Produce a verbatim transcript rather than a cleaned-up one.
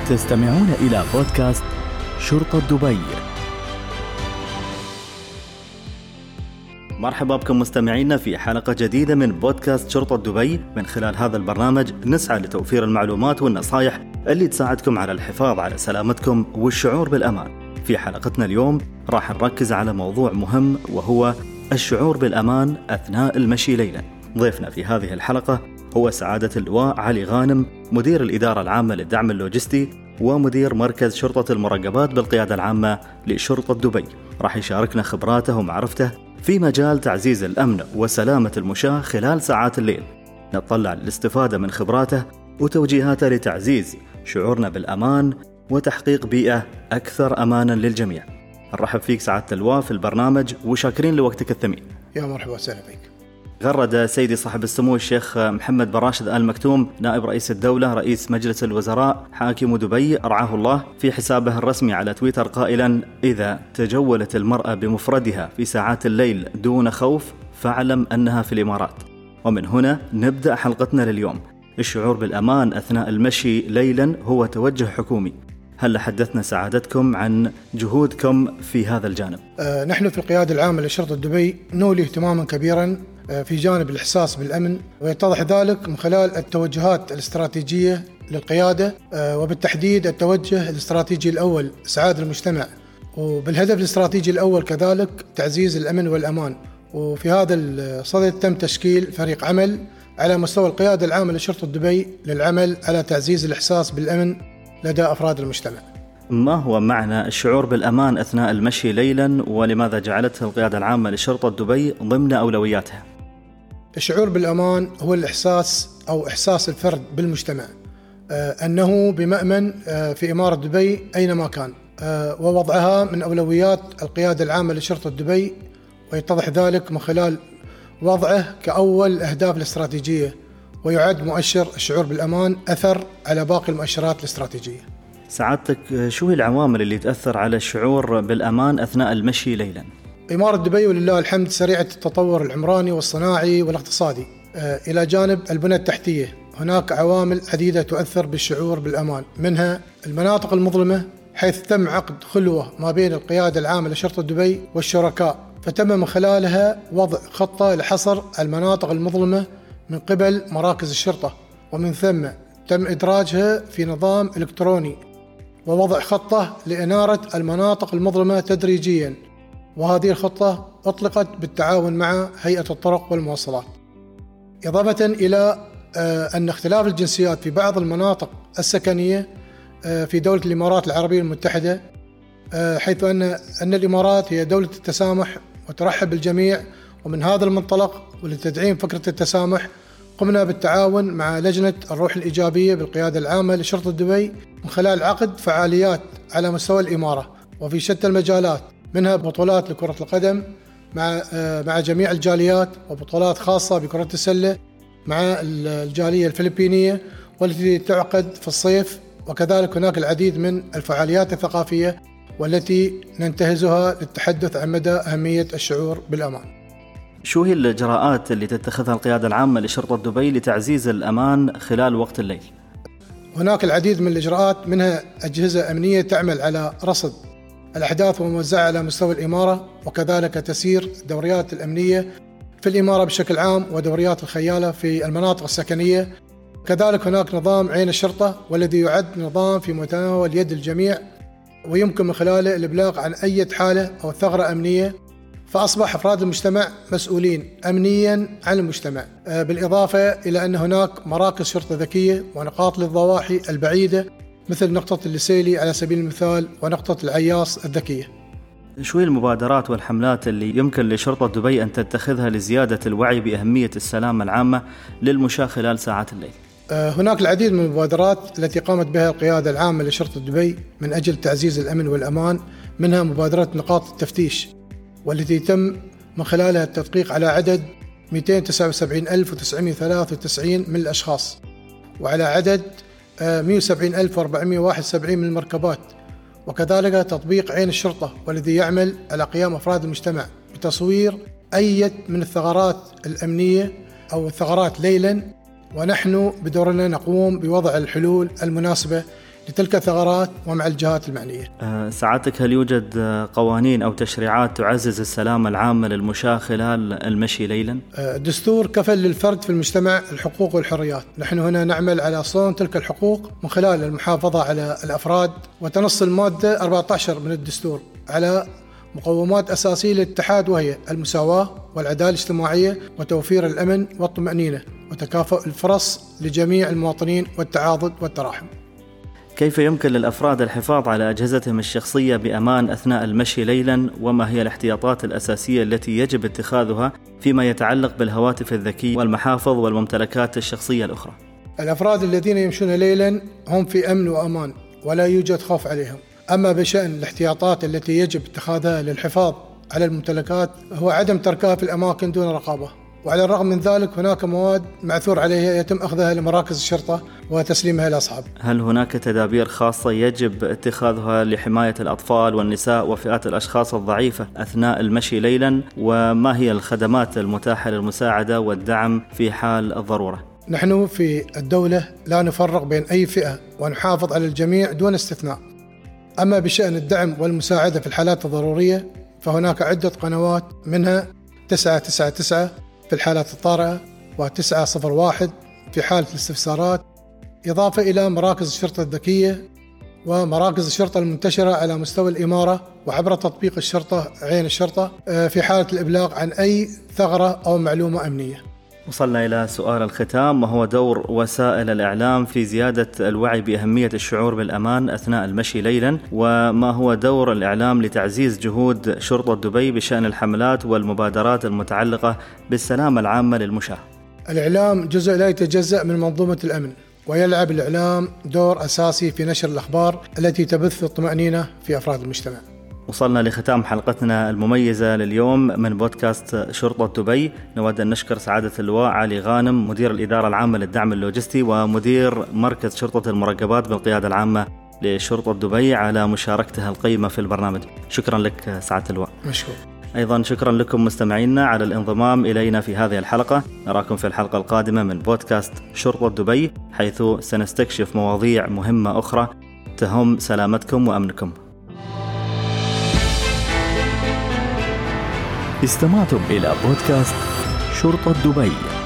تستمعون إلى بودكاست شرطة دبي. مرحبا بكم مستمعينا في حلقة جديدة من بودكاست شرطة دبي. من خلال هذا البرنامج نسعى لتوفير المعلومات والنصائح اللي تساعدكم على الحفاظ على سلامتكم والشعور بالأمان. في حلقتنا اليوم راح نركز على موضوع مهم وهو الشعور بالأمان أثناء المشي ليلا. ضيفنا في هذه الحلقة هو سعادة اللواء علي غانم، مدير الإدارة العامة للدعم اللوجستي ومدير مركز شرطة المرقبات بالقيادة العامة لشرطة دبي. راح يشاركنا خبراته ومعرفته في مجال تعزيز الأمن وسلامة المشاة خلال ساعات الليل. نتطلع للاستفادة من خبراته وتوجيهاته لتعزيز شعورنا بالأمان وتحقيق بيئة أكثر أمانا للجميع. نرحب فيك سعادة اللواء في البرنامج وشاكرين لوقتك الثمين. يا مرحبا وسهلا بك. غرد سيدي صاحب السمو الشيخ محمد بن راشد آل مكتوم نائب رئيس الدولة رئيس مجلس الوزراء حاكم دبي رعاه الله في حسابه الرسمي على تويتر قائلا: إذا تجولت المرأة بمفردها في ساعات الليل دون خوف فاعلم أنها في الإمارات. ومن هنا نبدأ حلقتنا لليوم. الشعور بالأمان أثناء المشي ليلا هو توجه حكومي. هل حدثنا سعادتكم عن جهودكم في هذا الجانب؟ آه نحن في القيادة العامة لشرطة دبي نولي اهتماما كبيرا آه في جانب الإحساس بالأمن، ويتضح ذلك من خلال التوجهات الاستراتيجية للقيادة، آه وبالتحديد التوجه الاستراتيجي الأول سعادة المجتمع، وبالهدف الاستراتيجي الأول كذلك تعزيز الأمن والأمان. وفي هذا الصدد تم تشكيل فريق عمل على مستوى القيادة العامة لشرطة دبي للعمل على تعزيز الإحساس بالأمن لدى أفراد المجتمع. ما هو معنى الشعور بالأمان أثناء المشي ليلا، ولماذا جعلته القيادة العامة لشرطة دبي ضمن أولوياتها؟ الشعور بالأمان هو الإحساس أو إحساس الفرد بالمجتمع آه أنه بمأمن آه في إمارة دبي أينما كان، آه ووضعها من أولويات القيادة العامة لشرطة دبي، ويتضح ذلك من خلال وضعه كأول الأهداف الاستراتيجية، ويعد مؤشر الشعور بالأمان أثر على باقي المؤشرات الاستراتيجية. سعادتك شو هي العوامل اللي تأثر على الشعور بالأمان أثناء المشي ليلا؟ إمارة دبي ولله الحمد سريعة التطور العمراني والصناعي والاقتصادي. آه إلى جانب البنى التحتية هناك عوامل عديدة تؤثر بالشعور بالأمان، منها المناطق المظلمة، حيث تم عقد خلوة ما بين القيادة العامة لشرطة دبي والشركاء، فتم من خلالها وضع خطة لحصر المناطق المظلمة من قبل مراكز الشرطة، ومن ثم تم إدراجها في نظام إلكتروني ووضع خطة لإنارة المناطق المظلمة تدريجيا، وهذه الخطة أطلقت بالتعاون مع هيئة الطرق والمواصلات. إضافة إلى أن اختلاف الجنسيات في بعض المناطق السكنية في دولة الإمارات العربية المتحدة، حيث أن أن الإمارات هي دولة التسامح وترحب بالجميع، ومن هذا المنطلق ولتدعيم فكرة التسامح قمنا بالتعاون مع لجنة الروح الإيجابية بالقيادة العامة لشرطة دبي من خلال عقد فعاليات على مستوى الإمارة وفي شتى المجالات، منها بطولات لكرة القدم مع مع جميع الجاليات، وبطولات خاصة بكرة السلة مع الجالية الفلبينية والتي تعقد في الصيف، وكذلك هناك العديد من الفعاليات الثقافية والتي ننتهزها للتحدث عن مدى أهمية الشعور بالأمان. شو هي الإجراءات اللي تتخذها القيادة العامة لشرطة دبي لتعزيز الأمان خلال وقت الليل؟ هناك العديد من الإجراءات، منها أجهزة أمنية تعمل على رصد الأحداث وموزعة على مستوى الإمارة، وكذلك تسير دوريات الأمنية في الإمارة بشكل عام ودوريات الخيالة في المناطق السكنية. كذلك هناك نظام عين الشرطة والذي يعد نظام في متناول يد الجميع، ويمكن من خلاله الإبلاغ عن أي حالة أو ثغرة أمنية، فأصبح أفراد المجتمع مسؤولين أمنياً عن المجتمع. بالإضافة إلى أن هناك مراكز شرطة ذكية ونقاط للضواحي البعيدة مثل نقطة الليسيلي على سبيل المثال ونقطة العياص الذكية. شو هي المبادرات والحملات اللي يمكن لشرطة دبي أن تتخذها لزيادة الوعي بأهمية السلامة العامة للمشاة خلال ساعات الليل؟ هناك العديد من المبادرات التي قامت بها القيادة العامة لشرطة دبي من أجل تعزيز الأمن والأمان، منها مبادرة نقاط التفتيش، والتي تم من خلالها التدقيق على عدد مئتين وتسعة وسبعين ألف وتسعمئة وثلاثة وتسعين من الأشخاص، وعلى عدد مئة وسبعين ألف وأربعمئة وواحد وسبعين من المركبات، وكذلك تطبيق عين الشرطة والذي يعمل على قيام أفراد المجتمع بتصوير أي من الثغرات الأمنية أو الثغرات ليلا، ونحن بدورنا نقوم بوضع الحلول المناسبة لتلك الثغرات ومع الجهات المعنية. أه سعادتك، هل يوجد قوانين أو تشريعات تعزز السلامة العامة للمشاة خلال المشي ليلا؟ الدستور كفل للفرد في المجتمع الحقوق والحريات. نحن هنا نعمل على صون تلك الحقوق من خلال المحافظة على الأفراد، وتنص المادة أربعة عشر من الدستور على مقومات أساسية للاتحاد، وهي المساواة والعدالة الاجتماعية وتوفير الأمن والطمأنينة وتكافؤ الفرص لجميع المواطنين والتعاضد والتراحم. كيف يمكن للأفراد الحفاظ على أجهزتهم الشخصية بأمان أثناء المشي ليلا؟ وما هي الاحتياطات الأساسية التي يجب اتخاذها فيما يتعلق بالهواتف الذكية والمحافظ والممتلكات الشخصية الأخرى؟ الأفراد الذين يمشون ليلا هم في أمن وأمان ولا يوجد خوف عليهم. أما بشأن الاحتياطات التي يجب اتخاذها للحفاظ على الممتلكات هو عدم تركها في الأماكن دون رقابة، وعلى الرغم من ذلك هناك مواد معثور عليها يتم أخذها لمراكز الشرطة وتسليمها لأصحاب. هل هناك تدابير خاصة يجب اتخاذها لحماية الأطفال والنساء وفئات الأشخاص الضعيفة أثناء المشي ليلا؟ وما هي الخدمات المتاحة للمساعدة والدعم في حال الضرورة؟ نحن في الدولة لا نفرق بين أي فئة ونحافظ على الجميع دون استثناء. أما بشأن الدعم والمساعدة في الحالات الضرورية فهناك عدة قنوات، منها تسعة تسعة تسعة في الحالات الطارئة وتسعة صفر واحد في حالة الاستفسارات، إضافة إلى مراكز الشرطة الذكية ومراكز الشرطة المنتشرة على مستوى الإمارة وعبر تطبيق الشرطة عين الشرطة في حالة الإبلاغ عن أي ثغرة أو معلومة أمنية. وصلنا إلى سؤال الختام، وهو دور وسائل الإعلام في زيادة الوعي بأهمية الشعور بالأمان أثناء المشي ليلا؟ وما هو دور الإعلام لتعزيز جهود شرطة دبي بشأن الحملات والمبادرات المتعلقة بالسلامة العامة للمشاة؟ الإعلام جزء لا يتجزأ من منظومة الأمن، ويلعب الإعلام دور أساسي في نشر الأخبار التي تبث الطمأنينة في أفراد المجتمع. وصلنا لختام حلقتنا المميزة لليوم من بودكاست شرطة دبي. نود أن نشكر سعادة اللواء علي غانم، مدير الإدارة العامة للدعم اللوجستي ومدير مركز شرطة المراقبات بالقيادة العامة لشرطة دبي، على مشاركتها القيمة في البرنامج. شكرا لك سعادة اللواء. مشكور. أيضا شكرا لكم مستمعينا على الانضمام إلينا في هذه الحلقة. نراكم في الحلقة القادمة من بودكاست شرطة دبي، حيث سنستكشف مواضيع مهمة أخرى تهم سلامتكم وأمنكم. استمعتم إلى بودكاست شرطة دبي.